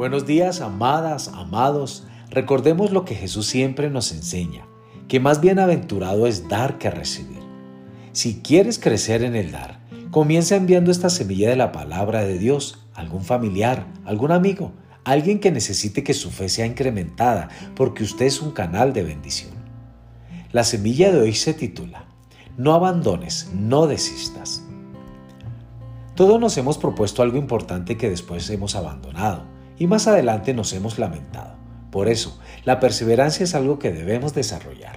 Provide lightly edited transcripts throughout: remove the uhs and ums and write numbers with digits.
Buenos días, amadas, amados. Recordemos lo que Jesús siempre nos enseña, que más bienaventurado es dar que recibir. Si quieres crecer en el dar, comienza enviando esta semilla de la palabra de Dios a algún familiar, algún amigo, alguien que necesite que su fe sea incrementada, porque usted es un canal de bendición. La semilla de hoy se titula: No abandones, no desistas. Todos nos hemos propuesto algo importante que después hemos abandonado y más adelante nos hemos lamentado. Por eso, la perseverancia es algo que debemos desarrollar.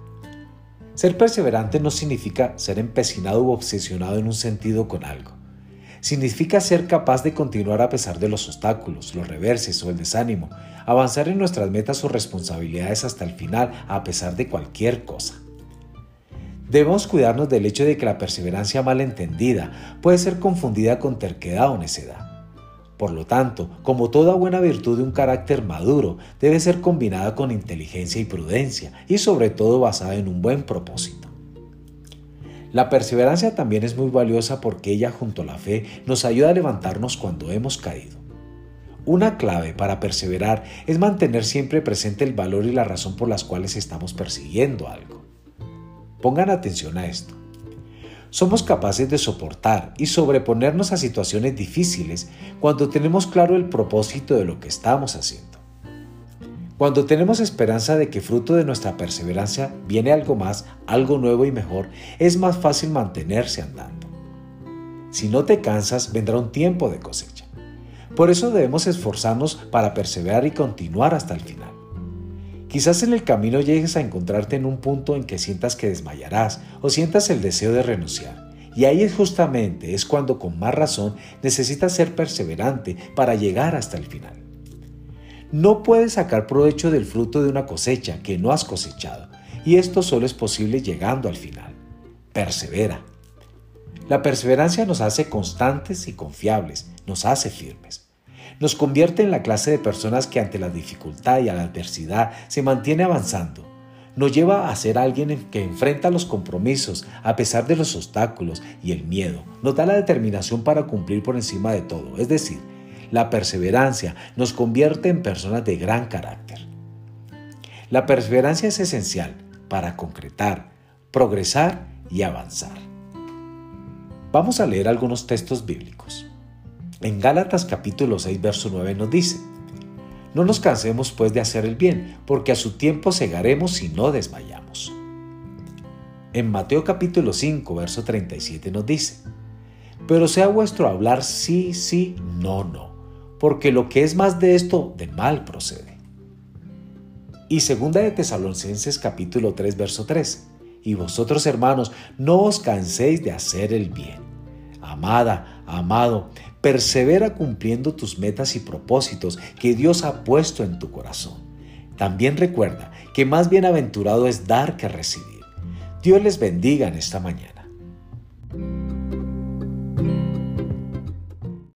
Ser perseverante no significa ser empecinado u obsesionado en un sentido con algo. Significa ser capaz de continuar a pesar de los obstáculos, los reverses o el desánimo, avanzar en nuestras metas o responsabilidades hasta el final a pesar de cualquier cosa. Debemos cuidarnos del hecho de que la perseverancia mal entendida puede ser confundida con terquedad o necedad. Por lo tanto, como toda buena virtud de un carácter maduro, debe ser combinada con inteligencia y prudencia, y sobre todo basada en un buen propósito. La perseverancia también es muy valiosa porque ella, junto a la fe, nos ayuda a levantarnos cuando hemos caído. Una clave para perseverar es mantener siempre presente el valor y la razón por las cuales estamos persiguiendo algo. Pongan atención a esto. Somos capaces de soportar y sobreponernos a situaciones difíciles cuando tenemos claro el propósito de lo que estamos haciendo. Cuando tenemos esperanza de que fruto de nuestra perseverancia viene algo más, algo nuevo y mejor, es más fácil mantenerse andando. Si no te cansas, vendrá un tiempo de cosecha. Por eso debemos esforzarnos para perseverar y continuar hasta el final. Quizás en el camino llegues a encontrarte en un punto en que sientas que desmayarás o sientas el deseo de renunciar. Y ahí es cuando con más razón necesitas ser perseverante para llegar hasta el final. No puedes sacar provecho del fruto de una cosecha que no has cosechado, y esto solo es posible llegando al final. Persevera. La perseverancia nos hace constantes y confiables, nos hace firmes. Nos convierte en la clase de personas que ante la dificultad y a la adversidad se mantiene avanzando. Nos lleva a ser alguien que enfrenta los compromisos a pesar de los obstáculos y el miedo. Nos da la determinación para cumplir por encima de todo. Es decir, la perseverancia nos convierte en personas de gran carácter. La perseverancia es esencial para concretar, progresar y avanzar. Vamos a leer algunos textos bíblicos. En Gálatas capítulo 6, verso 9 nos dice: No nos cansemos pues de hacer el bien, porque a su tiempo segaremos si no desmayamos. En Mateo capítulo 5, verso 37 nos dice: Pero sea vuestro hablar sí, sí, no, no, porque lo que es más de esto, de mal procede. Y segunda de Tesalonicenses capítulo 3, verso 3: Y vosotros, hermanos, no os canséis de hacer el bien. Amada, amado, persevera cumpliendo tus metas y propósitos que Dios ha puesto en tu corazón. También recuerda que más bienaventurado es dar que recibir. Dios les bendiga en esta mañana.